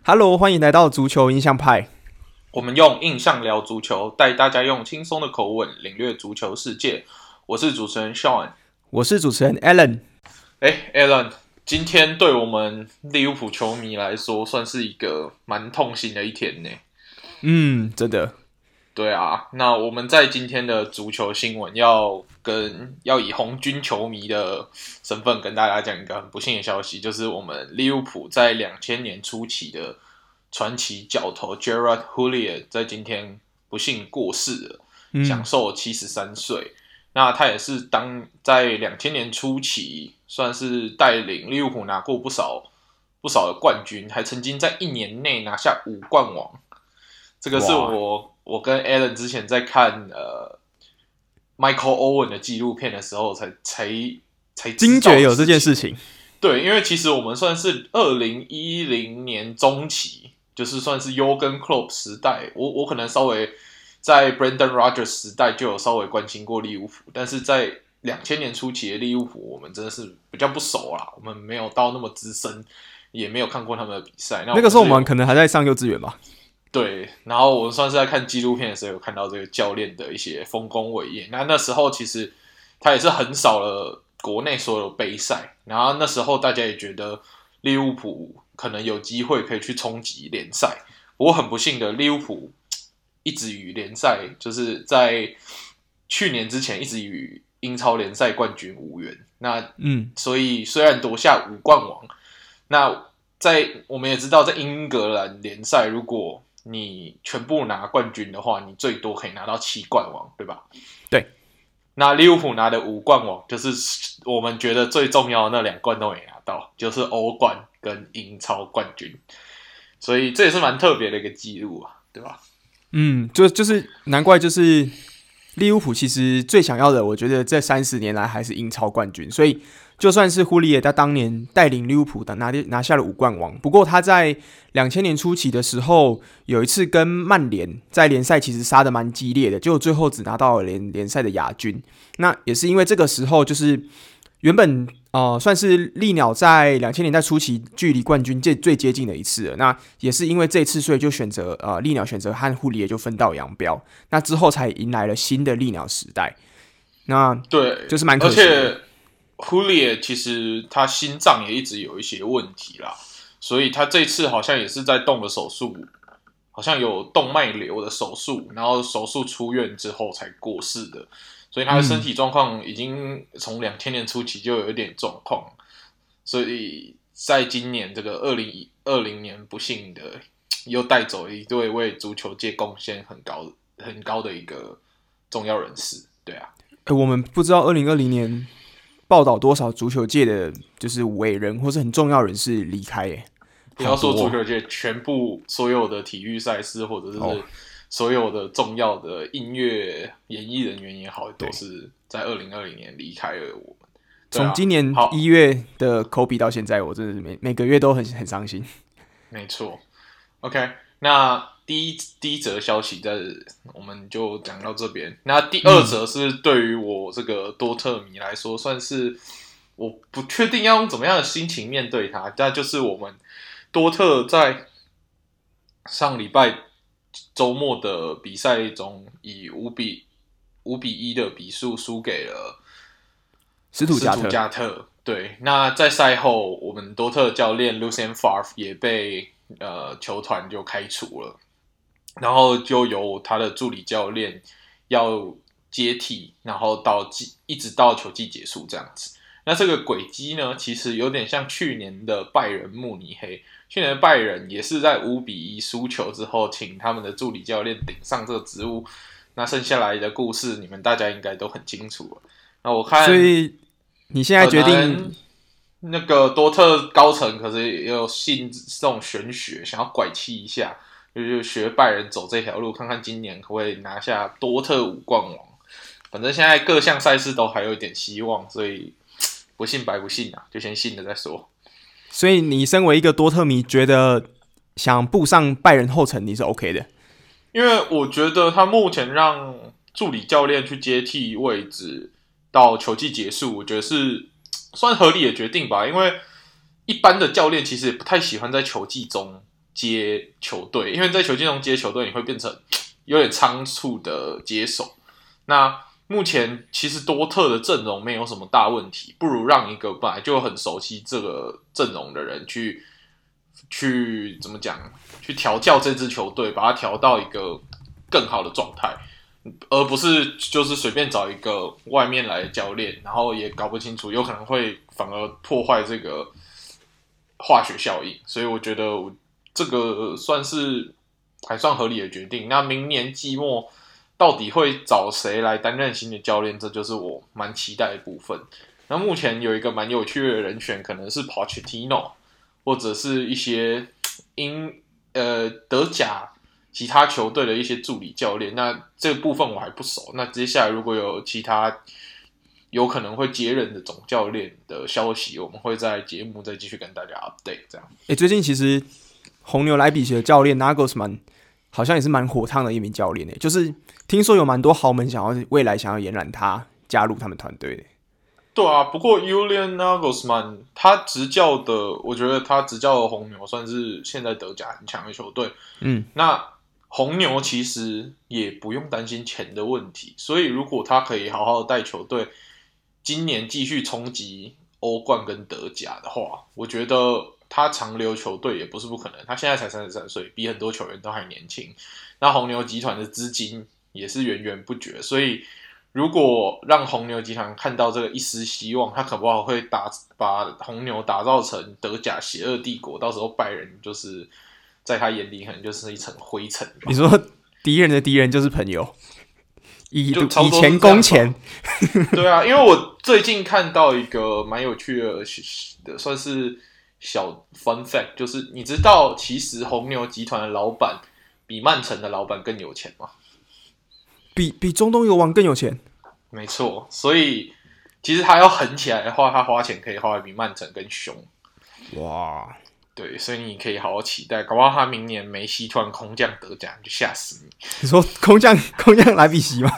Hello，欢迎来到足球印象派。 我们用印象聊足球，带大家用轻松的口吻领略足球世界。我是主持人 Sean， 我是主持人 Alan。 Alan， 今天对我们利物浦球迷来说，算是一个蛮痛心的一天呢。 真的。 对啊，那我们在今天的足球新闻要以红军球迷的身份跟大家讲一个很不幸的消息，就是我们利物浦在2000年初期的传奇角头 Gerard Houllier 在今天不幸过世了，享受73岁。那他也是在2000年初期算是带领利物浦拿过不少的冠军，还曾经在1年内拿下5冠王。这个是我跟 Alan 之前在看Michael Owen 的纪录片的时候才惊觉有这件事情。 对，因为其实我们算是2010年中期，就是算是 Jurgen Klopp 时代，我可能稍微在 Brendan Rodgers 时代就有稍微关心过利物浦，但是在2000年初期的利物浦，我们真的是比较不熟啦，我们没有到那么资深，也没有看过他们的比赛。那个时候我们可能还在上幼稚园吧。 对，然后我算是在看纪录片的时候有看到这个教练的一些丰功伟业。那时候其实他也是横扫了国内所有杯赛，然后那时候大家也觉得利物浦可能有机会可以去冲击联赛。不过很不幸的，利物浦一直与联赛就是在去年之前一直与英超联赛冠军无缘。所以虽然夺下5冠王，那我们也知道，在英格兰联赛，如果你全部拿冠军的话，你最多可以拿到7冠王，对吧？ 对。 那利物浦拿的5冠王，就是我们觉得最重要的那2冠都没拿到，就是欧冠跟英超冠军，所以这也是蛮特别的一个记录啊，对吧？ 就是难怪，就是利物浦其实最想要的，我觉得这30年来还是英超冠军，所以就算是胡里耶他当年带领利物浦拿下了5冠王，不过他在2000年初期的时候，有一次跟曼联在联赛其实杀得蛮激烈的，结果最后只拿到了联赛的亚军。那也是因为这个时候就是原本算是利鸟在2000年代初期距离冠军最接近的一次了。那也是因为这一次，所以就选择利鸟选择和胡里耶就分道扬镳。那之后才迎来了新的利鸟时代。那对， 就是蛮可惜的。 而且Houllier 其实他心脏也一直有一些问题啦，所以他这次好像也是在动了手术，好像有动脉瘤的手术，然后手术出院之后才过世的，所以他的身体状况已经从2000年初期就有一点状况，所以在今年这个2020年不幸的又带走了一位为足球界贡献很高的一个重要人士，对啊。 我们不知道2020年报道多少足球界的就是伟人或是很重要人士离开耶。 不要说足球界，全部所有的体育赛事或者是所有的重要的音乐演艺人员也好，都是在2020年离开了我们。 从今年1月的科比到现在，我真的是每个月都很伤心。 没错。OK， 那第一则消息我们就讲到这边。那第二则是对于我这个多特迷来说，算是我不确定要用怎么样的心情面对它。但就是我们多特在上礼拜周末的比赛中，以5比1的比数输给了斯图加特。对，那在赛后，我们多特教练 Lucien Favre 也被球团就开除了，然后就由他的助理教练要接替，然后一直到球季结束这样子。那这个轨迹呢，其实有点像去年的拜仁慕尼黑。去年的拜仁也是在5比1输球之后，请他们的助理教练顶上这个职务。那剩下来的故事，你们大家应该都很清楚了。那我看， 所以你现在决定， 那个多特高层可是也有信这种玄学，想要拐气一下，就是学拜仁走这条路，看看今年可不可以拿下多特5冠王。反正现在各项赛事都还有一点希望，所以不信白不信啊，就先信了再说。 所以你身为一个多特迷，觉得想步上拜仁后尘，你是 OK 的？ 因为我觉得他目前让助理教练去接替位置到球季结束，我觉得是算合理的决定吧。因为一般的教练其实也不太喜欢在球季中接球队，因为在球季中接球队，你会变成有点仓促的接手。那目前其实多特的阵容没有什么大问题，不如让一个本来就很熟悉这个阵容的人去怎么讲，去调教这支球队，把它调到一个更好的状态，而不是就是随便找一个外面来的教练，然后也搞不清楚，有可能会反而破坏这个化学效应。所以我觉得这个算是还算合理的决定。那明年季末到底会找谁来担任新的教练，这就是我蛮期待的部分。那目前有一个蛮有趣的人选，可能是 Pochettino， 或者是一些德甲其他球队的一些助理教练。那这个部分我还不熟。那接下来如果有其他有可能会接任的总教练的消息，我们会在节目再继续跟大家 update。这样， 最近其实红牛莱比锡的教练 Nagelsmann 好像也是蛮火烫的一名教练，就是听说有蛮多豪门未来想要延揽他加入他们团队的。 对啊，不过 Julian Nagelsmann 他执教的，我觉得他执教的红牛算是现在德甲很强的球队。那红牛其实也不用担心钱的问题，所以如果他可以好好的带球队，今年继续冲击欧冠跟德甲的话，我觉得他长留球队也不是不可能。他现在才33岁，比很多球员都还年轻。那红牛集团的资金也是源源不绝，所以如果让红牛集团看到这个一丝希望，他可不好会把红牛打造成德甲邪恶帝国，到时候拜仁就是在他眼里可能就是一层灰尘。 你说敌人的敌人就是朋友，以钱攻钱。 对啊，因为我最近看到一个蛮有趣的，算是小 fun fact， 就是你知道其实红牛集团的老板比曼城的老板更有钱吗？ 比中东油王更有钱？ 没错，所以其实他要狠起来的话，他花钱可以花得比曼城更凶。 哇！ 对，所以你可以好好期待，搞不好他明年梅西突然空降德甲，就吓死你。 你说空降莱比锡吗？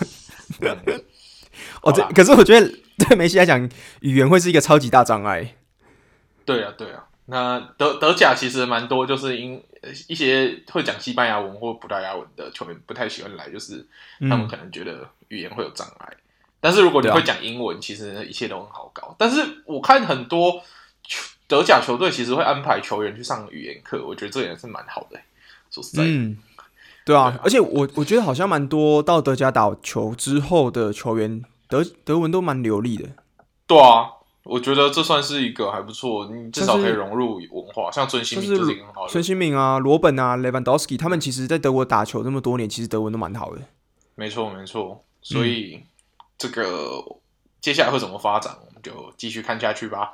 可是我觉得对梅西来讲，语言会是一个超级大障碍。 对啊。那德甲其实蛮多，就是一些会讲西班牙文或葡萄牙文的球员不太喜欢来，就是他们可能觉得语言会有障碍。但是如果你会讲英文，其实一切都很好搞。但是我看很多德甲球队其实会安排球员去上语言课，我觉得这也是蛮好的。说实在的， 对啊，而且我觉得好像蛮多到德甲打球之后的球员德文都蛮流利的。 对啊。我觉得这算是一个还不错，你至少可以融入文化。像孙兴民就是一个很好的。 孙兴民啊、罗本啊、Lewandowski 他们其实在德国打球这么多年，其实德文都蛮好的。没错。 所以这个接下来会怎么发展，我们就继续看下去吧。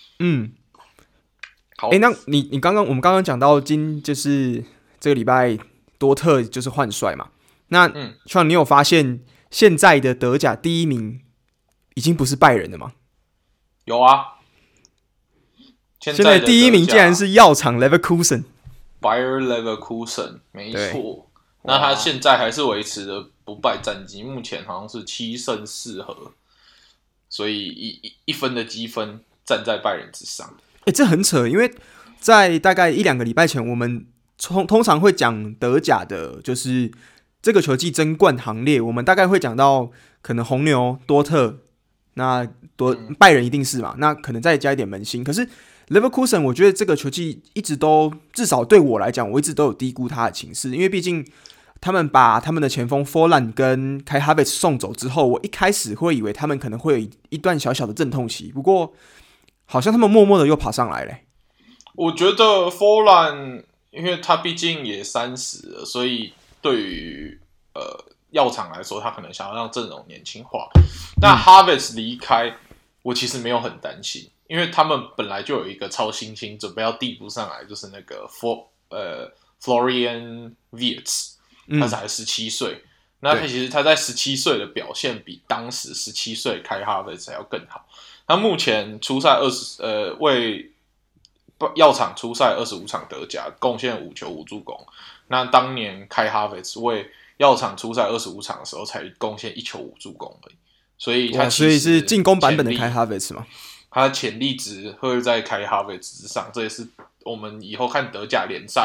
好。 那我们刚刚讲到就是这个礼拜多特就是换帅嘛。那像你有发现现在的德甲第一名已经不是拜仁了吗？ 有啊， 现在第一名竟然是药厂 Leverkusen。Bayer Leverkusen 没错。那他现在还是维持了不败战绩，目前好像是7胜4和，所以一分的积分站在拜仁之上。 这很扯，因为在大概1-2个礼拜前，我们通常会讲德甲的，就是这个球季争冠行列，我们大概会讲到可能红牛、多特。那拜仁一定是嘛？那可能再加一点门兴。可是 Leverkusen 我觉得这个球季一直都，至少对我来讲，我一直都有低估他的情势，因为毕竟他们把他们的前锋 Forlan 跟 Kai Havertz 送走之后，我一开始会以为他们可能会有一段小小的阵痛期，不过好像他们默默的又爬上来了。 我觉得 Forlan 因为他毕竟也30了，所以对于药厂来说，他可能想要让阵容年轻化。那 Havertz 离开，我其实没有很担心，因为他们本来就有一个超新星准备要递补上来，就是那个Florian Wirtz， 他才17岁。那其实他在17岁的表现比当时17岁开 Havertz 还要更好。他目前出赛为药厂出赛25场德甲，贡献5球5助攻。那当年开 Havertz 为药厂出赛25场的时候，才贡献1球5助攻而已。所以他其实所以是进攻版本的开 Havertz 吗？ 他的潜力值会在开 Havertz 之上，这也是我们以后看德甲联赛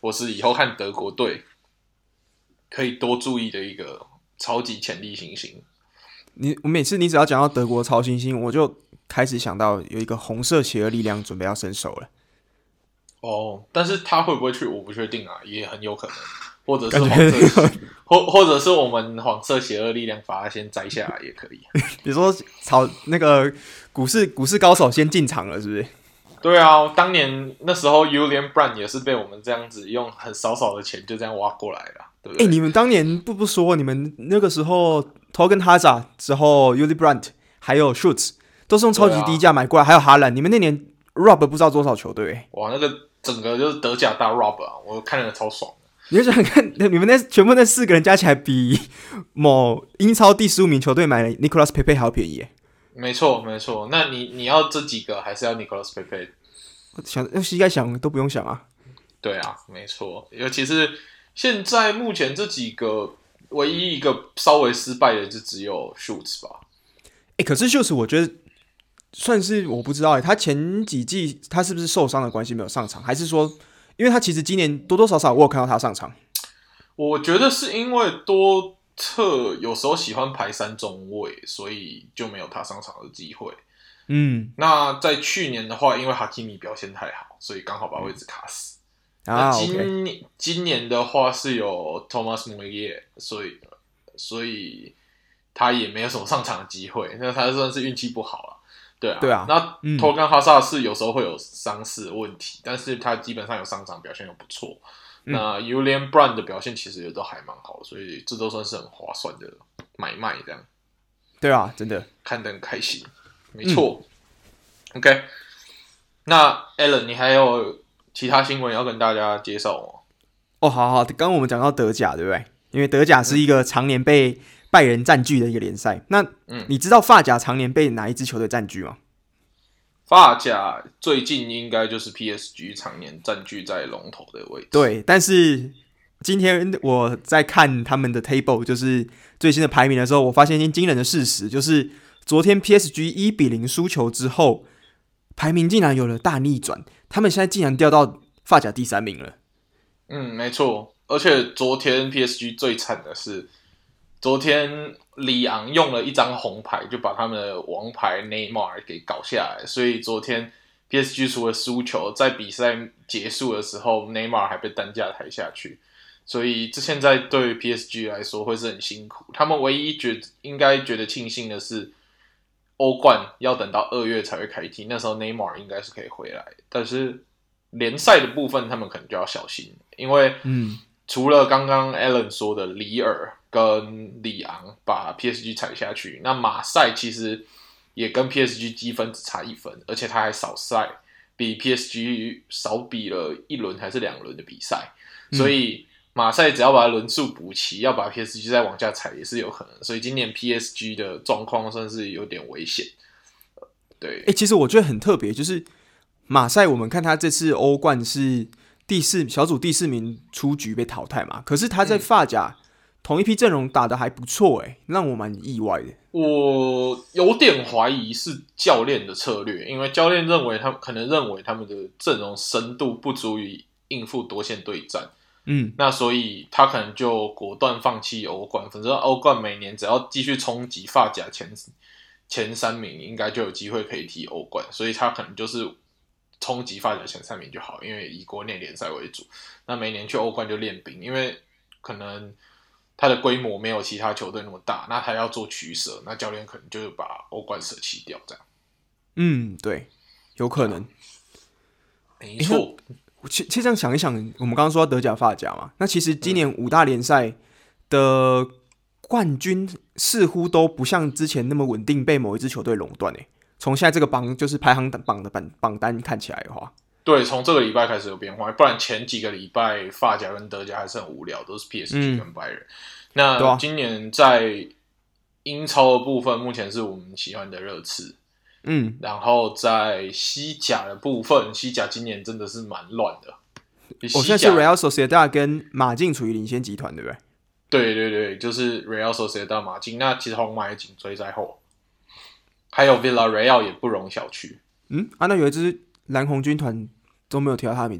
或是以后看德国队可以多注意的一个超级潜力新星。 我每次你只要讲到德国超新星，我就开始想到有一个红色邪恶力量准备要伸手了。 哦，但是他会不会去我不确定啊，也很有可能，或者是黄色或者是我们黄色邪恶力量把它先摘下来也可以。 你说那个股市高手先进场了，是不是？ 对啊，当年那时候 Julian Brand 也是被我们这样子用很少少的钱就这样挖过来了，对不对？ 你们当年不说，你们那个时候 Torgan Hazard 之后 Julian Brandt 还有 Schultz 都是用超级低价买过来，还有哈兰，你们那年 Rob 不知道多少球队。 哇，那个整个就是德甲大 Rob 啊，我看了超爽的。 你就想看你们全部那4个人加起来比某英超第15名球队买的 Nicolas Pepe 还要便宜。 没错没错，那你要这几个还是要 Nicolas Pepe？ 用膝盖想都不用想啊。 对啊，没错，尤其是现在目前这几个唯一一个稍微失败的就只有 Schultz 吧。 可是 Schultz 我觉得算是我不知道他前几季他是不是受伤的关系没有上场，还是说因为他其实今年多多少少我有看到他上场。 我觉得是因为多特有时候喜欢排3中卫，所以就没有他上场的机会。那在去年的话，因为哈基米表现太好，所以刚好把位置卡死。那今年的话是有 Thomas Muller， 所以他也没有什么上场的机会，那他算是运气不好了。对啊。那Torgan Hazard是有时候会有伤势的问题，但是他基本上有上场表现又不错。那 Julian Brand 的表现其实也都还蛮好的，所以这都算是很划算的买卖，这样。 对啊，真的看得很开心，没错。OK， 那 Alan， 你还有其他新闻要跟大家介绍吗？ 好，刚刚我们讲到德甲，对不对？因为德甲是一个常年被拜仁占据的一个联赛。那你知道法甲常年被哪一支球队占据吗？ 法甲最近应该就是 PSG 常年占据在龙头的位置。 对，但是今天我在看他们的 table， 就是最新的排名的时候，我发现一件惊人的事实，就是昨天 PSG 1-0输球之后，排名竟然有了大逆转，他们现在竟然掉到法甲第3名了。 没错，而且昨天 PSG 最惨的是，昨天里昂用了一张红牌，就把他们的王牌内马尔给搞下来，所以昨天 PSG 除了输球，在比赛结束的时候，内马尔还被担架抬下去，所以这现在对 PSG 来说会是很辛苦。他们唯一应该觉得庆幸的是，欧冠要等到2月才会开踢，那时候内马尔应该是可以回来，但是联赛的部分他们可能就要小心，因为除了刚刚 Alan 说的里尔跟里昂把 PSG 踩下去，那马赛其实也跟 PSG 积分只差1分，而且他还少赛，比 PSG 少比了1轮还是2轮的比赛，所以马赛只要把轮数补齐，要把 PSG 再往下踩也是有可能，所以今年 PSG 的状况算是有点危险。对， 其实我觉得很特别，就是马赛，我们看他这次欧冠是小组第4名出局被淘汰嘛，可是他在法甲同一批阵容打得还不错，让我蛮意外的。 我有点怀疑是教练的策略，因为教练可能认为他们的阵容深度不足以应付多线对战，那所以他可能就果断放弃欧冠，反正欧冠每年只要继续冲击法甲前3名，应该就有机会可以踢欧冠，所以他可能就是冲击法甲前3名就好，因为以国内联赛为主。那每年去欧冠就练兵，因为可能他的规模没有其他球队那么大，那他要做取舍，那教练可能就是把欧冠舍弃掉，这样。 对，有可能。 没错。 其实这样想一想，我们刚刚说到德甲、法甲嘛，那其实今年5大联赛的冠军似乎都不像之前那么稳定被某一支球队垄断。从现在这个就是排行榜的榜单看起来的话， 对，从这个礼拜开始有变化，不然前几个礼拜法甲跟德甲还是很无聊，都是 PSG 跟拜仁。那今年在英超的部分，目前是我们喜欢的热刺。然后在西甲的部分，西甲今年真的是蛮乱的。 现在是 Real Sociedad 跟马竞处于领先集团，对不对？ 对对对，就是 Real Sociedad 马竞，那其实皇马也紧追在后，还有 Villarreal 也不容小觑。 那有一支蓝红军团都没有提到他的名字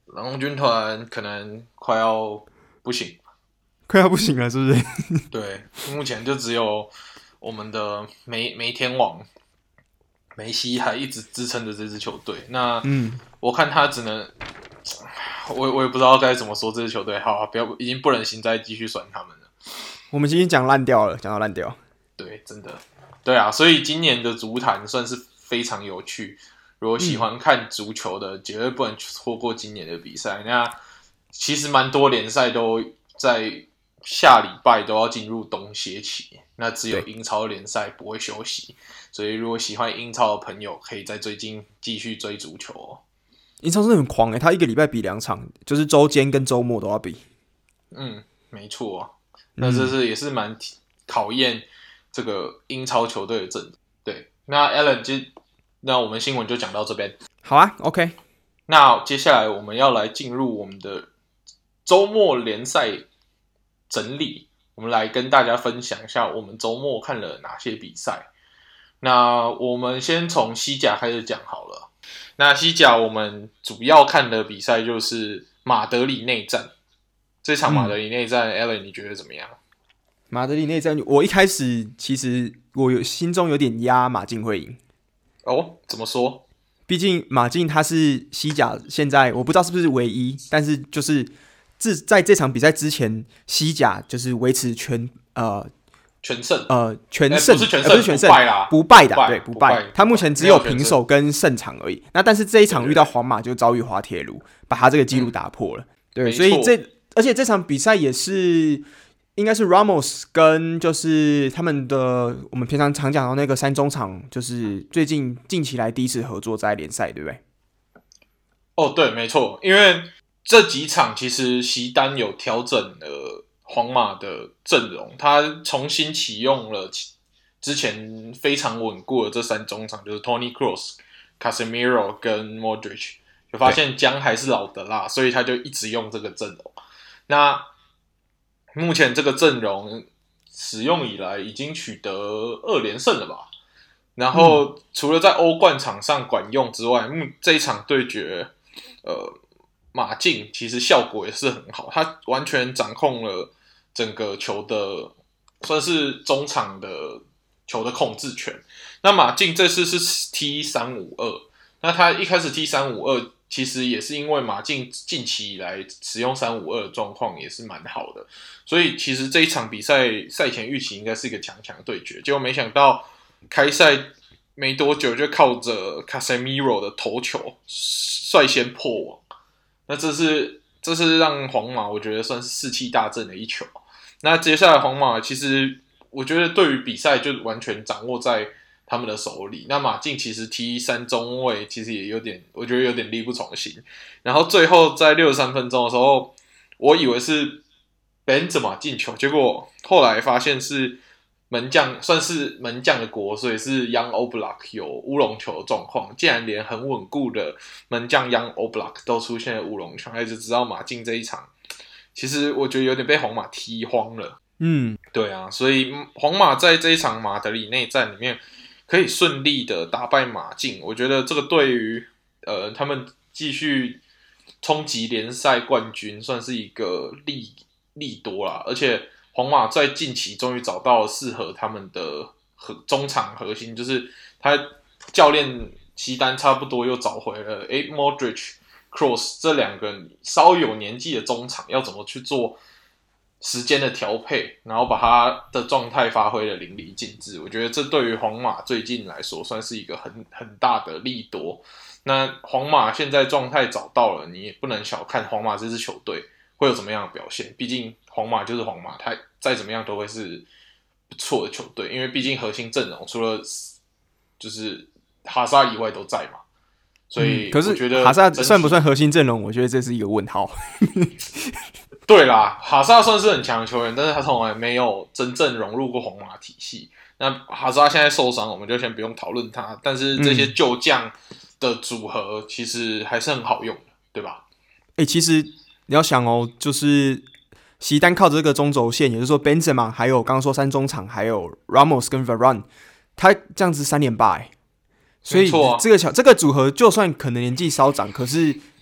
蓝红军团可能快要不行， 快要不行了，是不是？ 对，目前就只有我们的梅天王梅西还一直支撑着这支球队。那我看他只能，我也不知道该怎么说这支球队。好、啊，不要，已经不忍心再继续酸他们了。 我们今天讲烂掉了，讲到烂掉。 对，真的，对啊，所以今年的足坛算是非常有趣。如果喜欢看足球的，绝对不能错过今年的比赛。那其实蛮多联赛都在下礼拜都要进入冬歇期，那只有英超联赛不会休息。所以如果喜欢英超的朋友，可以在最近继续追足球哦。 英超真的很狂他一个礼拜比2场，就是周间跟周末都要比。 没错啊。那这是也是蛮考验这个英超球队的阵容。对，那 Alan 那我们新闻就讲到这边。 好啊 ，OK。 那接下来我们要来进入我们的周末联赛整理，我们来跟大家分享一下我们周末看了哪些比赛。那我们先从西甲开始讲好了。那西甲我们主要看的比赛就是马德里内战。这场马德里内战，Alan 你觉得怎么样？ 马德里内战，我一开始其实我心中有点压马竞会赢。 哦，怎么说？ 毕竟马竞他是西甲现在我不知道是不是唯一，但是就是在这场比赛之前，西甲就是维持全胜，不是全胜，不败的，对，不败。他目前只有平手跟胜场而已。那但是这一场遇到皇马就遭遇滑铁卢，把他这个纪录打破了。对，所以而且这场比赛也是应该是 Ramos 跟就是他们的我们平常常讲到那个三中场，就是近期来第一次合作在联赛，对不对？ 哦，对，没错，因为这几场其实席丹有调整了皇马的阵容，他重新启用了之前非常稳固的这三中场，就是 Toni Kroos、Casemiro 跟 Modric， 就发现姜还是老的辣，所以他就一直用这个阵容。那目前这个阵容使用以来已经取得2连胜了吧？然后除了在欧冠场上管用之外，这一场对决，马竞其实效果也是很好，他完全掌控了整个球的，算是中场的球的控制权。那马竞这次是踢3-5-2，那他一开始踢3-5-2。其实也是因为马竞近期以来使用3-5-2的状况也是蛮好的，所以其实这一场比赛赛前预期应该是一个强强对决，结果没想到开赛没多久就靠着 Casemiro 的头球率先破网，那这是让皇马我觉得算是士气大振的一球。那接下来皇马其实我觉得对于比赛就完全掌握在他们的手里。那马竞其实踢3中卫其实也有点，我觉得有点力不从心。然后最后在63分钟的时候，我以为是 Benzema 进球，结果后来发现是门将，算是门将的锅，所以是 Jan Oblak 有乌龙球的状况。竟然连很稳固的门将 Jan Oblak 都出现了乌龙球，那就知道马竞这一场其实我觉得有点被皇马踢慌了。对啊，所以皇马在这一场马德里内战里面可以顺利的打败马竞，我觉得这个对于他们继续冲击联赛冠军算是一个利多啦。而且皇马在近期终于找到了适合他们的中场核心，就是他教练席丹差不多又找回了Modric、Kroos 这两个稍有年纪的中场，要怎么去做时间的调配，然后把他的状态发挥的淋漓尽致。我觉得这对于皇马最近来说算是一个很大的利多。那皇马现在状态找到了，你也不能小看皇马这支球队会有怎么样的表现。毕竟皇马就是皇马，他再怎么样都会是不错的球队，因为毕竟核心阵容除了就是哈萨以外都在嘛。所以可是我觉得哈萨算不算核心阵容？我觉得这是一个问号。 对啦，哈萨算是很强的球员，但是他从来没有真正融入过皇马体系。那哈萨现在受伤，我们就先不用讨论他。但是这些旧将的组合其实还是很好用的，对吧？ 其实你要想哦，就是席丹靠着这个中轴线，也就是说 Benzema 还有刚刚说三中场，还有 Ramos 跟 Varane， 他这样子3连霸所以这个组合就算可能年纪稍长，可是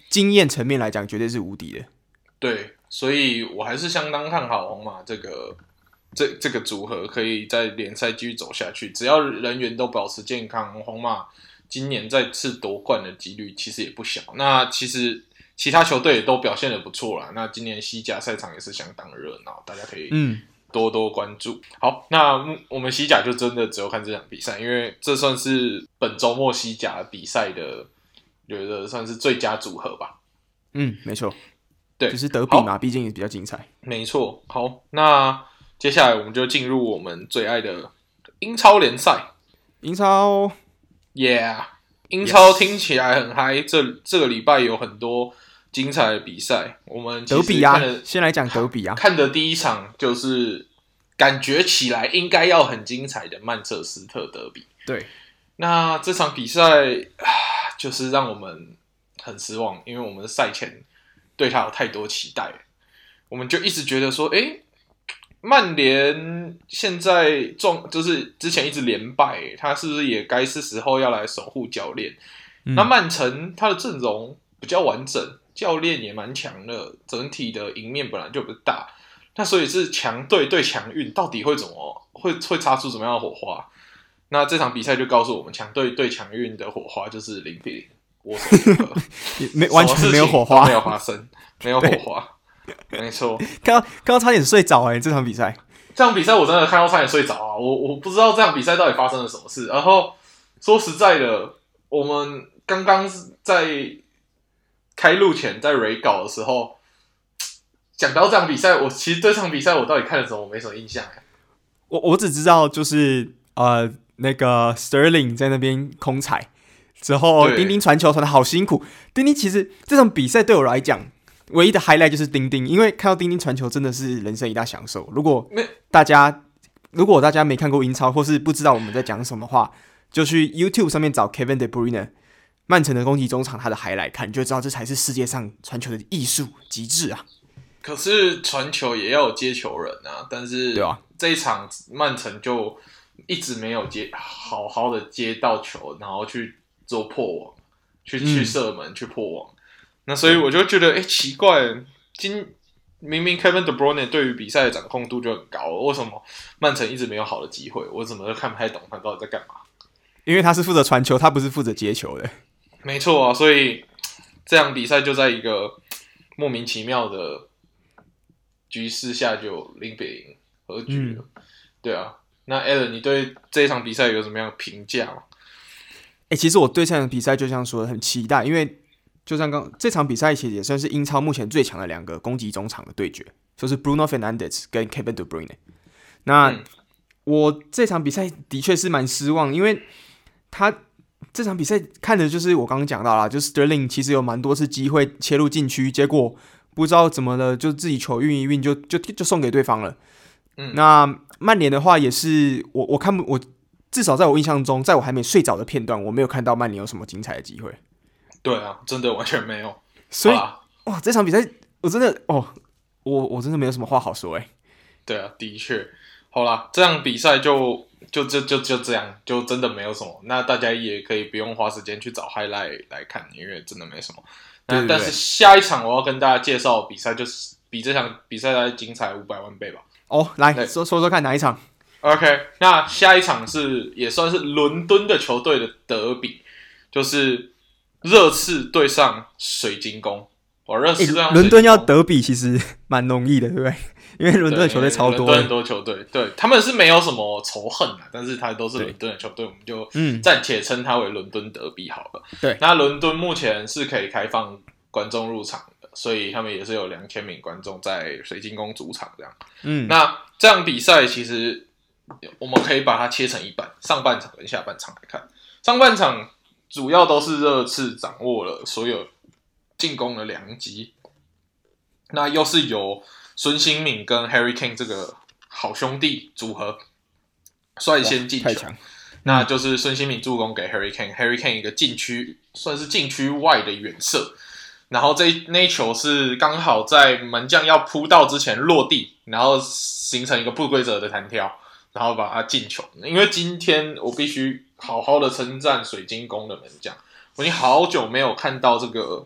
经验层面来讲，绝对是无敌的。 对，所以我还是相当看好红马这个组合可以在联赛继续走下去，只要人员都保持健康，红马今年再次夺冠的几率其实也不小。那其实其他球队也都表现得不错啦。那今年西甲赛场也是相当热闹，大家可以多多关注。好，那我们西甲就真的只有看这场比赛，因为这算是本周末西甲比赛的，觉得算是最佳组合吧。 没错， 对， 就是德比嘛，毕竟也比较精彩。 没错。好，那接下来我们就进入我们最爱的英超联赛。 英超 ，Yeah， 英超听起来很嗨。这个礼拜有很多精彩的比赛。我们德比啊，先来讲德比啊。 看的第一场就是感觉起来应该要很精彩的曼彻斯特德比。 对， 那这场比赛就是让我们很失望，因为我们赛前对他有太多期待了，我们就一直觉得说，曼联现在就是之前一直连败，他是不是也该是时候要来守护教练？那曼城他的阵容比较完整，教练也蛮强的，整体的赢面本来就不大，那所以是强队对强运，到底会怎么会擦出什么样的火花？那这场比赛就告诉我们，强队对强运的火花就是0-0，握手言和， 完全没有火花， 没有发生，没有火花。没错， 看到差点睡着这场比赛我真的看到差点睡着啊！我不知道这场比赛到底发生了什么事。然后说实在的，我们刚刚在开录前在 re 稿的时候讲到这场比赛，我其实对这场比赛我到底看了什么我没什么印象。 我只知道就是那个 Sterling 在那边空踩之后，丁丁传球传的好辛苦。丁丁其实这场比赛对我来讲，唯一的 highlight 就是丁丁，因为看到丁丁传球真的是人生一大享受。如果大家没看过英超，或是不知道我们在讲什么话，就去 YouTube 上面找 Kevin De Bruyne 曼城的攻击中场他的 highlight 看，你就知道这才是世界上传球的艺术极致啊！ 可是传球也要有接球人啊，但是这一场曼城就一直没有好好的接到球，然后去做破网，去射门，去破网。那所以我就觉得，奇怪，明明 Kevin De Bruyne 对于比赛的掌控度就很高，为什么曼城一直没有好的机会？我怎么都看不太懂他到底在干嘛？ 因为他是负责传球，他不是负责接球的。 没错啊，所以这场比赛就在一个莫名其妙的局势下就0-0和局了。对啊，那 Alan 你对这一场比赛有什么样的评价吗？ 其实我对这场比赛就像说的很期待，因为就像这场比赛其实也算是英超目前最强的两个攻击中场的对决，就是 Bruno Fernandes 跟 Kevin De Bruyne。那我这场比赛的确是蛮失望，因为他这场比赛看的就是我刚刚讲到啦，就是 Sterling 其实有蛮多次机会切入禁区，结果不知道怎么了，就自己球运一运就送给对方了。那曼联的话也是，我至少在我印象中，在我还没睡着的片段，我没有看到曼联有什么精彩的机会。 对啊，真的完全没有。 所以哇，这场比赛我真的我真的没有什么话好说对啊，的确。好啦，这场比赛就这样，就真的没有什么。那大家也可以不用花时间去找 highlight 来看，因为真的没什么。 对， 但是下一场我要跟大家介绍的比赛，就是比这场比赛再精彩500万倍吧。 来说看哪一场 ？OK， 那下一场也算是伦敦的球队的德比，就是热刺对上水晶宫。 伦敦要德比其实蛮容易的，对不对？因为伦敦的球队超多， 伦敦很多球队，对他们是没有什么仇恨的，但是他都是伦敦的球队，我们就暂且称它为伦敦德比好了。 对， 那伦敦目前是可以开放观众入场的，所以他们也是有2000名观众在水晶宫主场这样。那这场比赛其实我们可以把它切成一半，上半场跟下半场来看。上半场主要都是热刺掌握了所有进攻的良机，那又是由孙兴慜跟 Harry Kane 这个好兄弟组合率先进球，那就是孙兴慜助攻给 Harry Kane，Harry Kane 一个算是禁区外的远射，然后那一球是刚好在门将要扑到之前落地，然后形成一个不规则的弹跳，然后把它进球。因为今天我必须好好的称赞水晶宫的门将，我已经好久没有看到这个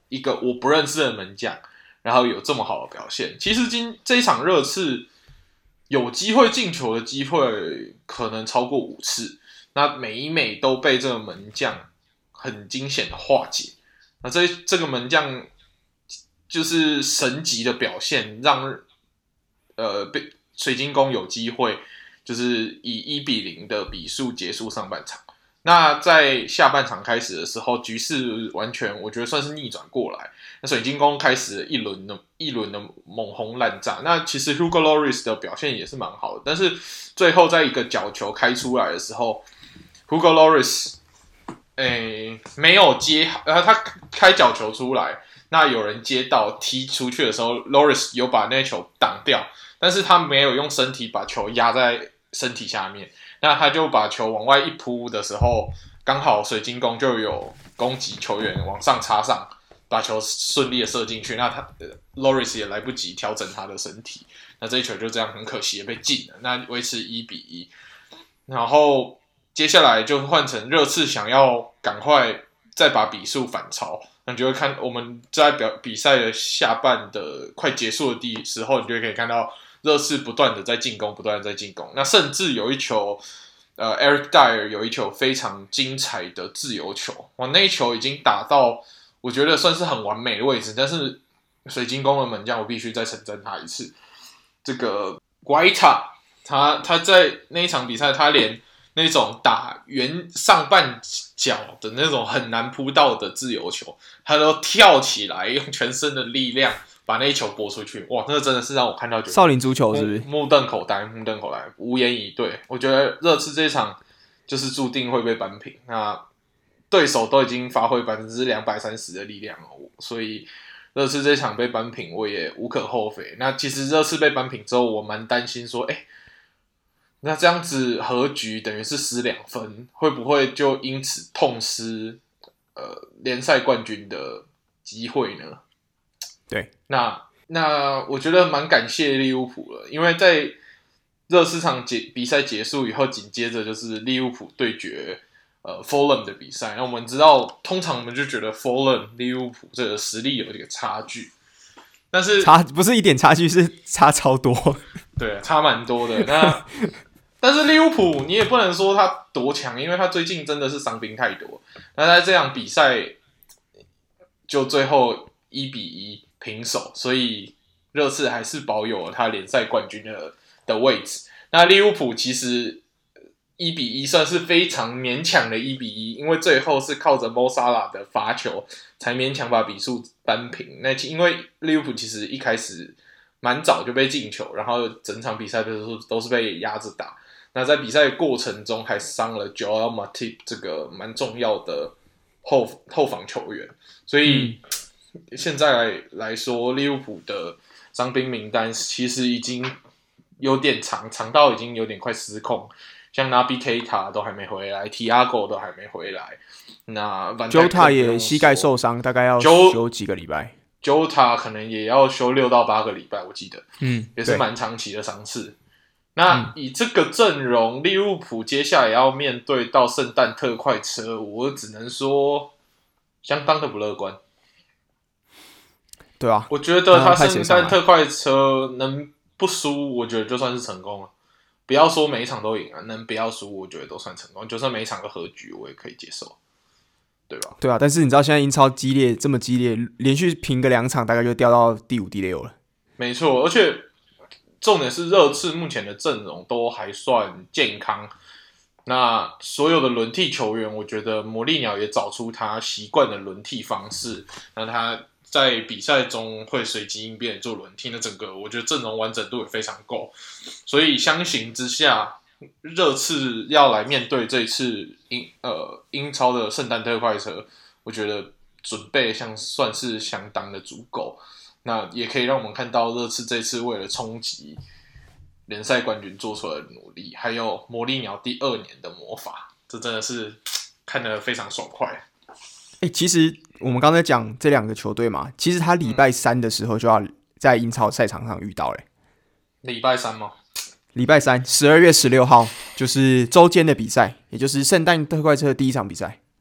一个我不认识的门将，然后有这么好的表现。其实这一场热刺有机会进球的机会可能超过5次，那每一枚都被这个门将很惊险的化解。那这个门将就是神级的表现，让被水晶宫有机会就是以1-0的比数结束上半场。那在下半场开始的时候，局势完全我觉得算是逆转过来。那水晶宫开始一轮的猛轰滥炸。那其实 Hugo Lloris 的表现也是蛮好的，但是最后在一个角球开出来的时候 ，Hugo Lloris 没有接好，他开角球出来，那有人接到踢出去的时候 ，Lloris 有把那球挡掉，但是他没有用身体把球压在身体下面。那他就把球往外一扑的时候，刚好水晶宫就有攻击球员往上插上，把球顺利的射进去。那Lloris 也来不及调整他的身体，那这一球就这样很可惜的被进了。那维持1-1，然后接下来就换成热刺想要赶快再把比数反超。那你就会看我们在比赛的下半的快结束的时候，你就可以看到热刺不断的在进攻，不断的在进攻。那甚至有一球，Eric Dyer 有一球非常精彩的自由球，哇，那一球已经打到我觉得算是很完美的位置，但是水晶宫的门将我必须再称赞他一次。这个 Guaita 他在那一场比赛，他连那种打圆上半脚的那种很难扑到的自由球，他都跳起来用全身的力量把那一球拨出去。哇，那真的是让我看到少林足球是不是？ 目瞪口呆，无言以对。我觉得热刺这一场就是注定会被扳平。那对手都已经发挥230%的力量了，所以热刺这一场被扳平，我也无可厚非。那其实热刺被扳平之后，我蛮担心说，那这样子和局等于是失2分，会不会就因此痛失联赛冠军的机会呢？ 对， 那我觉得蛮感谢利物浦了，因为在热刺场比赛结束以后，紧接着就是利物浦对决Fulham 的比赛。那我们知道，通常我们就觉得 Fulham 利物浦这个实力有一个差距，但是不是一点差距，是差超多。 对，差蛮多的。但是利物浦你也不能说他多强，因为他最近真的是伤兵太多。那在这场比赛就最后1-1平手，所以热刺还是保有了他联赛冠军的位置。那利物浦其实1-1算是非常勉强的1-1，因为最后是靠着 Mo Salah 的罚球才勉强把比数扳平。那因为利物浦其实一开始蛮早就被进球，然后整场比赛都是被压着打。那在比赛过程中还伤了 Joel Matip 这个蛮重要的后防球员，所以现在来说，利物浦的伤兵名单其实已经有点长到已经有点快失控。像 Naby Keita 都还没回来 ，Thiago 都还没回来。那 Jota 也膝盖受伤，大概要休几个礼拜。 Jota 可能也要休6到8个礼拜，我记得，也是蛮长期的伤势。那以这个阵容，利物浦接下来要面对到圣诞特快车，我只能说相当的不乐观。 对啊， 我觉得他圣诞特快车能不输，我觉得就算是成功了。不要说每一场都赢啊，能不要输，我觉得都算成功。就算每一场都和局，我也可以接受，对吧？ 对啊，但是你知道现在英超这么激烈，连续平个2场，大概就掉到第5、第6了。 没错，而且重点是热刺目前的阵容都还算健康。那所有的轮替球员，我觉得魔力鸟也找出他习惯的轮替方式，那他在比赛中会随机应变做轮替，那整个我觉得阵容完整度也非常够，所以相形之下，热刺要来面对这一次英超的圣诞特快车，我觉得准备算是相当的足够，那也可以让我们看到热刺这次为了冲击联赛冠军做出来的努力，还有魔力鸟第2年的魔法，这真的是看得非常爽快。 其实我们刚才讲这2个球队嘛，其实他礼拜3的时候就要在英超赛场上遇到了。 礼拜3吗？ 礼拜3，12月16号就是周间的比赛，也就是圣诞特快车的第1场比赛。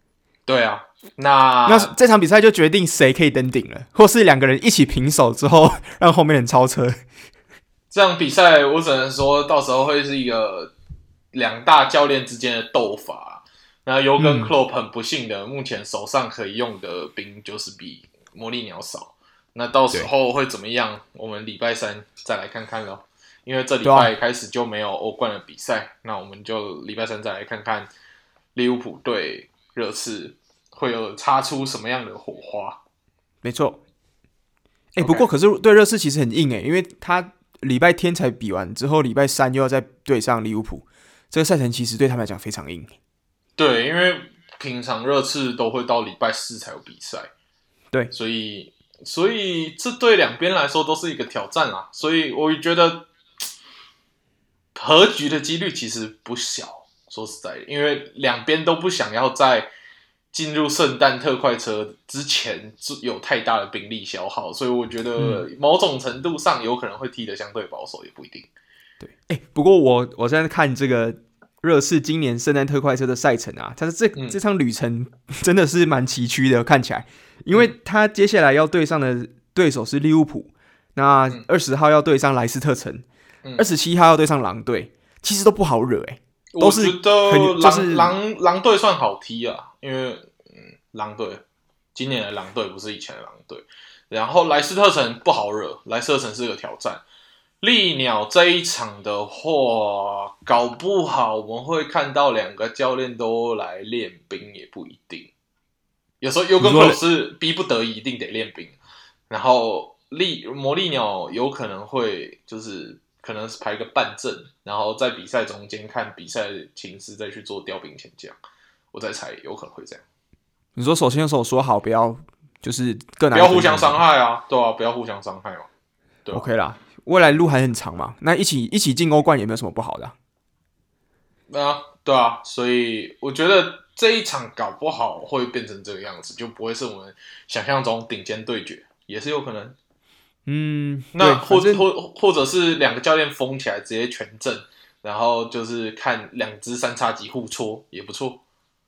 对啊，那这场比赛就决定谁可以登顶了，或是两个人一起平手之后，让后面人超车。 这场比赛我只能说到时候会是一个两大教练之间的斗法。那尤根克洛普很不幸的，目前手上可以用的兵就是比魔力鸟少。那到时候会怎么样？我们礼拜三再来看看咯。因为这礼拜开始就没有欧冠的比赛，那我们就礼拜三再来看看利物浦对热刺会有擦出什么样的火花。 没错。不过可是对热刺其实很硬因为他礼拜天才比完之后，礼拜三又要再对上利物浦，这个赛程其实对他们来讲非常硬。 对，因为平常热刺都会到礼拜四才有比赛， 对， 所以这对两边来说都是一个挑战啦。所以我觉得和局的几率其实不小，说实在的，因为两边都不想要在进入圣诞特快车之前有太大的兵力消耗，所以我觉得某种程度上有可能会踢得相对保守，也不一定。 对，不过我现在看这个热刺今年圣诞特快车的赛程啊，但是这场旅程真的是蛮崎岖的，看起来，因为他接下来要对上的对手是利物浦，那20号要对上莱斯特城，27号要对上狼队，其实都不好惹我觉得狼队算好踢啊，因为狼队今年的狼队不是以前的狼队，然后莱斯特城不好惹，莱斯特城是个挑战。利鸟这一场的话，搞不好我们会看到两个教练都来练兵，也不一定。有时候尤根克是逼不得已一定得练兵，然后魔力鸟有可能会就是可能是排个半阵，然后在比赛中间看比赛情势再去做调兵遣将。我在猜有可能会这样。 你说手牵手说好不要就是各拿不要互相伤害啊，对啊，不要互相伤害嘛。对啊 OK 啦，未来路还很长嘛，那一起进欧冠也没有什么不好的对啊，所以我觉得这一场搞不好会变成这个样子，就不会是我们想象中顶尖对决，也是有可能。那或者是两个教练疯起来直接全阵，然后就是看两支三叉戟互戳也不错。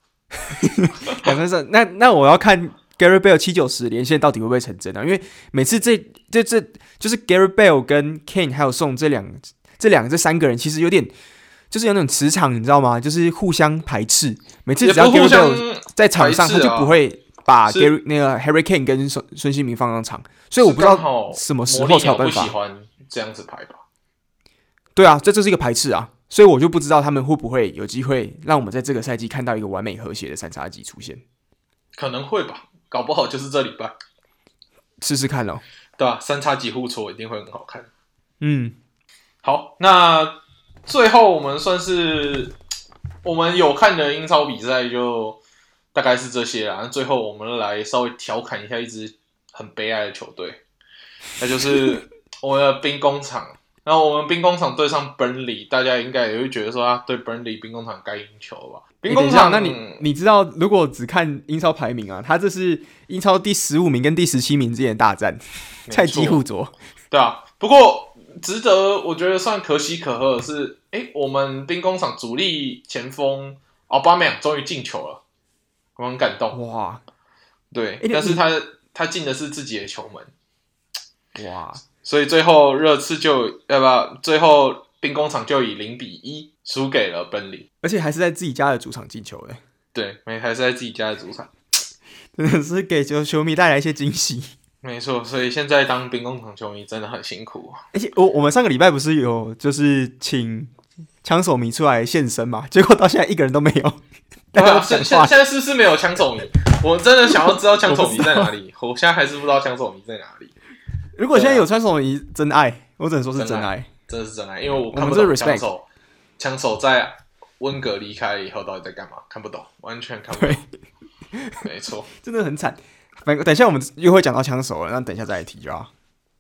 那我要看 Gareth Bale 7-9-10连线到底会不会成真啊？因为每次这就是 Gareth Bale 跟 Kane 还有宋这三个人其实有点就是有那种磁场，你知道吗？就是互相排斥。每次只要 Gareth Bale 在场上，他就不会把那个 Harry Kane 跟孙兴民放上场，所以我不知道什么时候才有办法。 不喜欢这样子排吧？ 对啊，这是一个排斥啊，所以我就不知道他们会不会有机会让我们在这个赛季看到一个完美和谐的三叉戟出现。 可能会吧，搞不好就是这礼拜试试看咯。 对啊，三叉戟互戳一定会很好看。 好， 那最后我们算是我们有看的英超比赛就大概是这些啦。最后我们来稍微调侃一下一支很悲哀的球队，那就是我们的兵工厂。然后我们兵工厂对上 Burnley， 大家应该也会觉得说对 Burnley 兵工厂该赢球吧？兵工厂， 那你知道如果只看英超排名啊，他这是英超第15名跟第17名之间的大战，菜鸡互啄。 对啊，不过值得我觉得算可喜可贺的是，我们兵工厂主力前锋奥巴梅扬终于进球了，我很感动。 哇， 对，但是他进的是自己的球门， 哇， 所以最后热刺最后兵工厂就以0-1输给了本里， 而且还是在自己家的主场进球的。 对，还是在自己家的主场， 真的是给球迷带来一些惊喜。 没错，所以现在当兵工厂球迷真的很辛苦。 而且我们上个礼拜不是有就是请枪手迷出来现身嘛，结果到现在一个人都没有。 现在是没有枪手迷，我真的想要知道枪手迷在哪里，我现在还是不知道枪手迷在哪里。 如果现在有枪手迷，真爱，我只能说是真爱， 真的是真爱，因为我看不懂枪手在温格离开以后到底在干嘛，看不懂，完全看不懂。没错， 真的很惨。等一下我们又会讲到枪手了，那等一下再来提就好。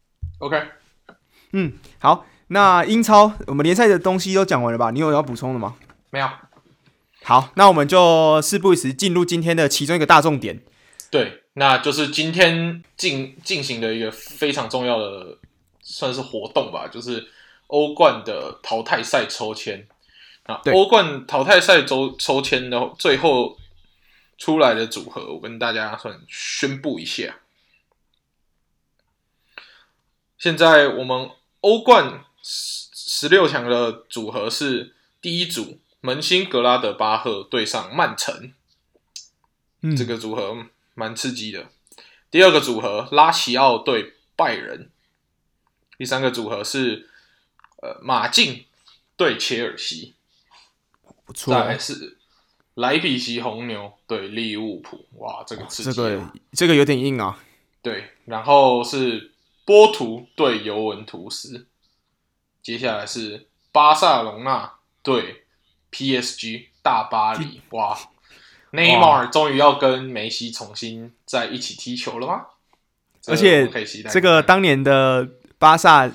OK， 好，那英超我们联赛的东西都讲完了吧？你有要补充的吗？ 没有。 好，那我们就事不宜迟，进入今天的其中一个大重点。 对，那就是今天进行的一个非常重要的算是活动吧，就是欧冠的淘汰赛抽签。那欧冠淘汰赛抽签的最后出来的组合，我跟大家算宣布一下。现在我们欧冠16强的组合是第一组门兴格拉德巴赫对上曼城，这个组合蛮刺激的。第二个组合拉齐奥对拜仁，第三个组合是马竞对切尔西， 不错。 再来是莱比锡红牛对利物浦，哇，这个刺激啊！ 这个有点硬啊。 对，然后是波图对尤文图斯，接下来是巴塞隆纳对 PSG 大巴黎，哇！内马尔终于要跟梅西重新在一起踢球了吗？ 而且这个当年的巴萨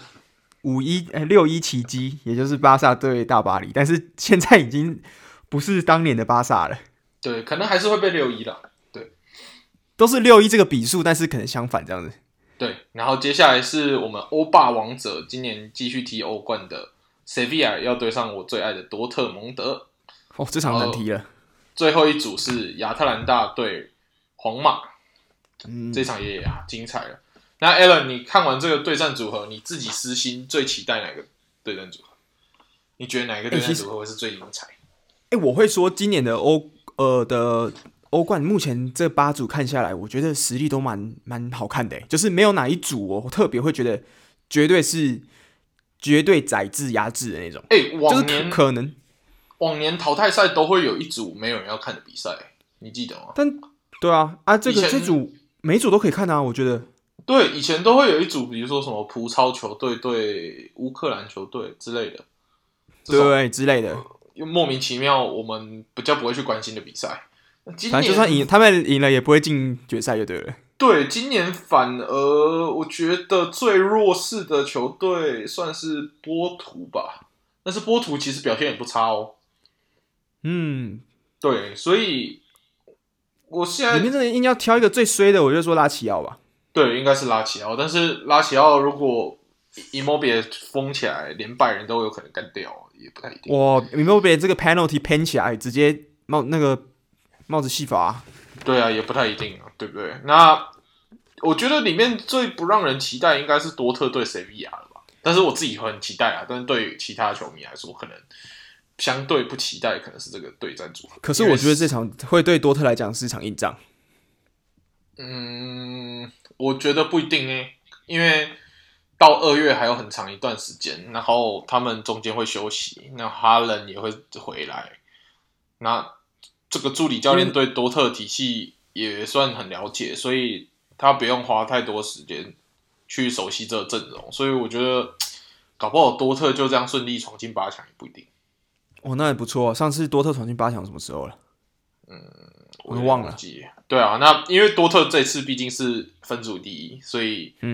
6-1奇迹，也就是巴萨对大巴黎，但是现在已经不是当年的巴萨了。 对，可能还是会被6-1了。对， 都是6-1这个比数，但是可能相反这样子。 对，然后接下来是我们欧霸王者，今年继续踢欧冠的 Sevilla 要对上我最爱的多特蒙德。 哦，这场难踢了。 最后一组是亚特兰大对皇马，这场也精彩了。那 Alan， 你看完这个对战组合，你自己私心最期待哪个对战组合？你觉得哪个对战组合会是最精彩？ 我会说今年的欧冠目前这8组看下来，我觉得实力都蛮好看的，就是没有哪一组我特别会觉得绝对宰制压制的那种。就是可能往年淘汰赛都会有一组没有人要看的比赛，你记得吗？ 但对啊，这组每一组都可以看啊，我觉得。 对，以前都会有一组，比如说什么葡超球队对乌克兰球队之类的， 对之类的， 又莫名其妙我们比较不会去关心的比赛。 反正就算他们赢了，也不会进决赛就对了。 对，今年反而我觉得最弱势的球队算是波图吧，但是波图其实表现也不差哦。对，所以我现在里面真的硬要挑一个最衰的，我就说拉齐奥吧。 对，应该是拉齐奥，但是拉齐奥如果Immobile 封起来，连拜仁都有可能干掉，也不太一定。 哇 ，Immobile 这个 penalty 喷起来，直接帽子戏法。 对啊，也不太一定啊，对不对？那我觉得里面最不让人期待应该是多特对塞维亚了吧？但是我自己很期待啊，但是对于其他球迷来说，可能相对不期待，可能是这个对战组合。 可是我觉得这场会对多特来讲是场硬仗。 我觉得不一定因为到2月还有很长一段时间，然后他们中间会休息，那哈伦也会回来，那这个助理教练对多特体系也算很了解，所以他不用花太多时间去熟悉这个阵容，所以我觉得搞不好多特就这样顺利闯进8强也不一定。 那也不错。上次多特闯进8强什么时候了？我都忘了。 对啊，那因为多特这次毕竟是分组第一，所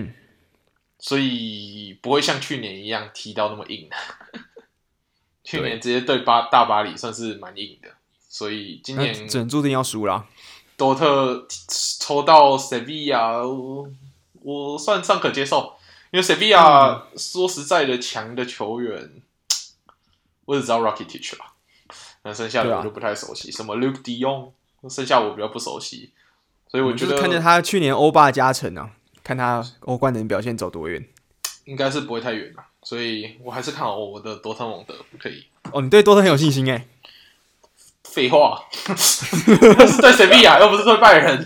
以不会像去年一样踢到那么硬。去年直接对大巴黎算是蛮硬的，所以今年只能注定要输啦。 多特抽到 Sevilla， 我算尚可接受，因为 Sevilla 说实在的强的球员，我只知道 Rakitic 啦，那剩下的我就不太熟悉，什么 Luke De Jong， 剩下我比较不熟悉，所以我觉得看着他去年欧霸加成啊，看他欧冠能表现走多远， 应该是不会太远啦，所以我还是看好我的多特蒙德可以。 你对多特很有信心废话，是对塞维亚，又不是对拜仁，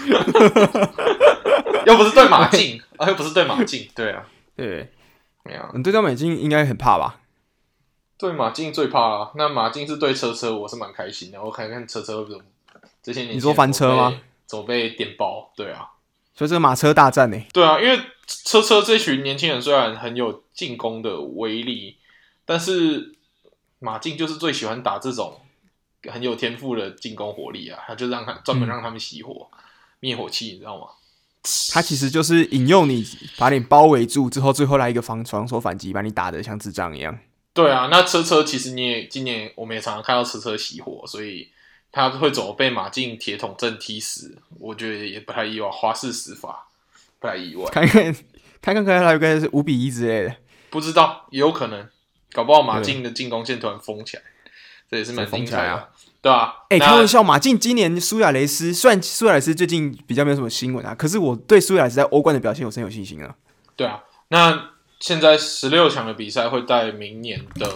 又不是对马竞，又不是对马竞，对啊， 对，你对到马竞应该很怕吧？ 对马竞最怕啦，那马竞是对车，我是蛮开心的，我看看车会不会这些年你说翻车吗？ 怎么被电爆？对啊， 所以这个马车大战对啊，因为车这群年轻人虽然很有进攻的威力，但是马竞就是最喜欢打这种很有天赋的进攻火力啊，他就专门让他们熄火、灭火器，你知道吗？ 他其实就是引诱你，把你包围住之后，最后来一个防守反击，把你打得像智障一样。 对啊，那车其实今年我们也常常看到车熄火，所以他会怎么被马竞铁桶阵踢死，我觉得也不太意外，花式死法不太意外。看看还有个是5-1之类的， 不知道也有可能，搞不好马竞的进攻线突然封起来。 这也是蛮精彩的， 疯起来啊！ 对啊， 开玩笑，马竞今年苏亚雷斯，虽然苏亚雷斯最近比较没有什么新闻啊，可是我对苏亚雷斯在欧冠的表现我是很有信心啊。 对啊，那现在16强的比赛会在明年的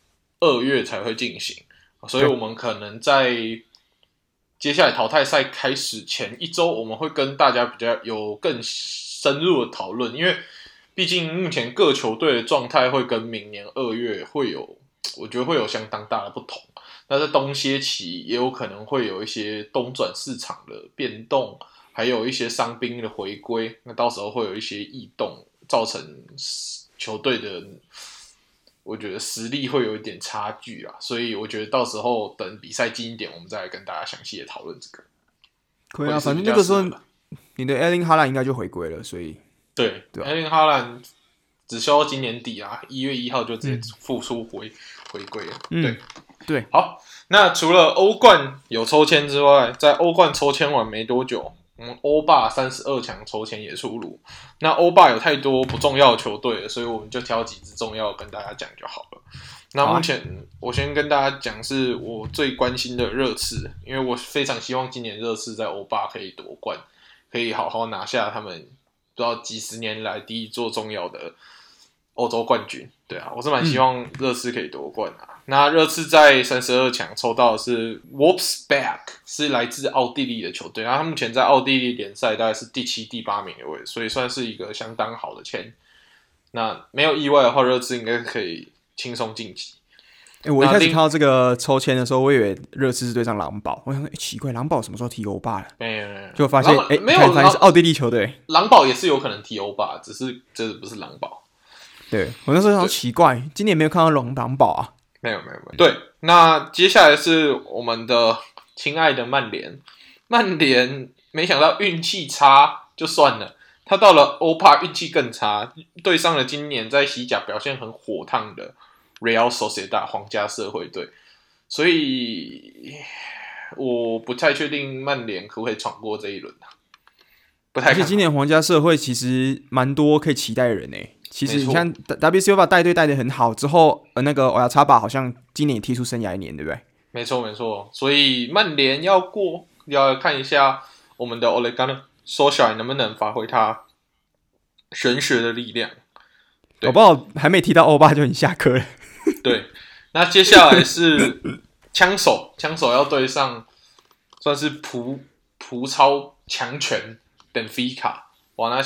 2月才会进行，所以我们可能在接下来淘汰赛开始前1周，我们会跟大家比较有更深入的讨论，因为毕竟目前各球队的状态会跟明年2月会有，我觉得会有相当大的不同。那在冬歇期也有可能会有一些冬转市场的变动，还有一些伤兵的回归，那到时候会有一些异动，造成球队的我觉得实力会有一点差距啊，所以我觉得到时候等比赛近一点，我们再来跟大家详细的讨论这个。 可以啊，反正那个时候你的 Erling Haaland 应该就回归了，所以对 Erling Haaland 只需要今年底啊，1月1号就直接复出回归了。 对， 好，那除了欧冠有抽签之外，在欧冠抽签完没多久，欧霸32强抽签也出炉。那欧霸有太多不重要的球队了，所以我们就挑几支重要的跟大家讲就好了。那目前我先跟大家讲是我最关心的热刺，因为我非常希望今年热刺在欧霸可以夺冠，可以好好拿下他们不知道几十年来第一座重要的欧洲冠军。对啊，我是蛮希望热刺可以夺冠啊。那热刺在32强抽到的是 Wolfsburg， 是来自奥地利的球队，然后他目前在奥地利联赛大概是第7、第8名的位置，所以算是一个相当好的签。那没有意外的话，热刺应该可以轻松晋级。 我一开始看到这个抽签的时候，我以为热刺是对上狼堡，我想说，奇怪，狼堡什么时候踢欧霸了？ 没有， 就发现，发现是奥地利球队。 狼堡也是有可能踢欧霸，只是这不是狼堡。 对，我那时候想奇怪，今年没有看到狼堡啊。 没有。对，那接下来是我们的亲爱的曼联。曼联没想到运气差就算了，他到了欧霸运气更差，对上了今年在西甲表现很火烫的 Real Sociedad 皇家社会队，所以我不太确定曼联可不可以闯过这一轮啊，不太看好。 而且今年皇家社会其实蛮多可以期待的人诶。其实你看 W Silva 带队带得很好，之后那个欧亚查巴好像今年也踢出生涯1年，对不对？ 没错，所以曼联要过，要看一下我们的 Ole Gunnar Solskjaer 能不能发挥他玄学的力量。 搞不好还没踢到欧霸就已经下课了。 对，那接下来是枪手要对上算是葡超强权 Benfica。哇，那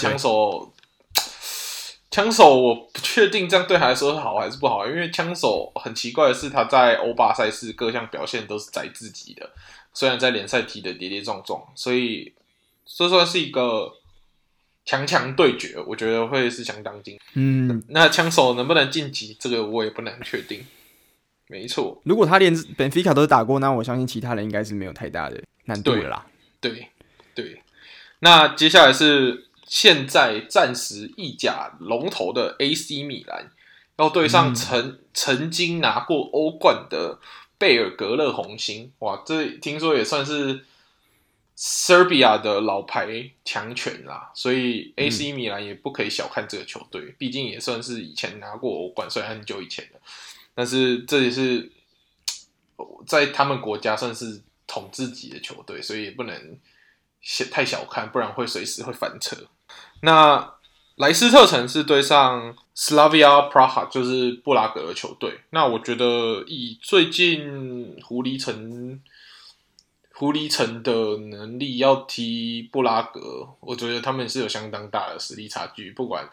枪手我不确定这样对他来说是好还是不好，因为枪手很奇怪的是他在欧霸赛事各项表现都是在自己的，虽然在联赛踢的跌跌撞撞，所以这算是一个强对决，我觉得会是相当精彩。那枪手能不能晋级，这个我也不能确定。没错， 如果他连 Benfica 都打过，那我相信其他人应该是没有太大的难度了啦。 对，那接下来是现在暂时意甲龙头的 AC 米兰，要对上曾经拿过欧冠的贝尔格勒红星。哇，这听说也算是 Serbia 的老牌强权啦，所以 AC 米兰也不可以小看这个球队，毕竟也算是以前拿过欧冠，虽然很久以前了，但是这也是在他们国家算是统治级的球队，所以也不能太小看，不然会随时会翻车。那莱斯特城是对上 Slavia Praha， 就是布拉格的球队。那我觉得以最近狐狸城的能力要踢布拉格，我觉得他们是有相当大的实力差距。不管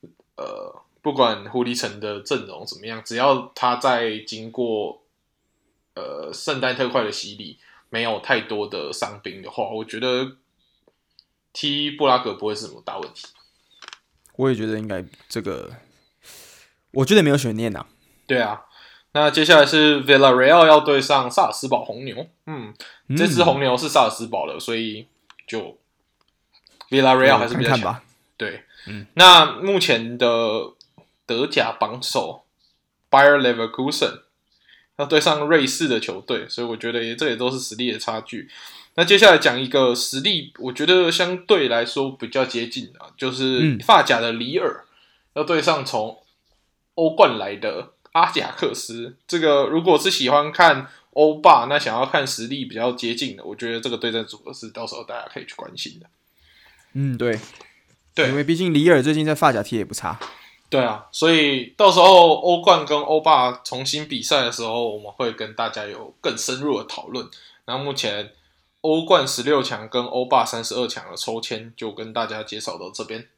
狐狸城的阵容怎么样，只要他在经过圣诞特快的洗礼，没有太多的伤兵的话，我觉得踢布拉格不会是什么大问题。 我也觉得应该这个，我觉得没有悬念啊。 对啊，那接下来是 Villarreal 要对上萨尔斯堡红牛。这支红牛是萨尔斯堡的，所以就 Villarreal 还是比较强。看吧。对，那目前的德甲榜首 Bayer Leverkusen 要对上瑞士的球队，所以我觉得这也都是实力的差距。那接下来讲一个实力，我觉得相对来说比较接近的，就是法甲的里尔要对上从欧冠来的阿贾克斯。这个如果是喜欢看欧霸，那想要看实力比较接近的，我觉得这个对战组合是到时候大家可以去关心的。 对， 对， 因为毕竟里尔最近在发甲踢也不差。 对啊，所以到时候欧冠跟欧霸重新比赛的时候，我们会跟大家有更深入的讨论。那目前欧冠16强跟欧霸32强的抽签就跟大家介绍到这边。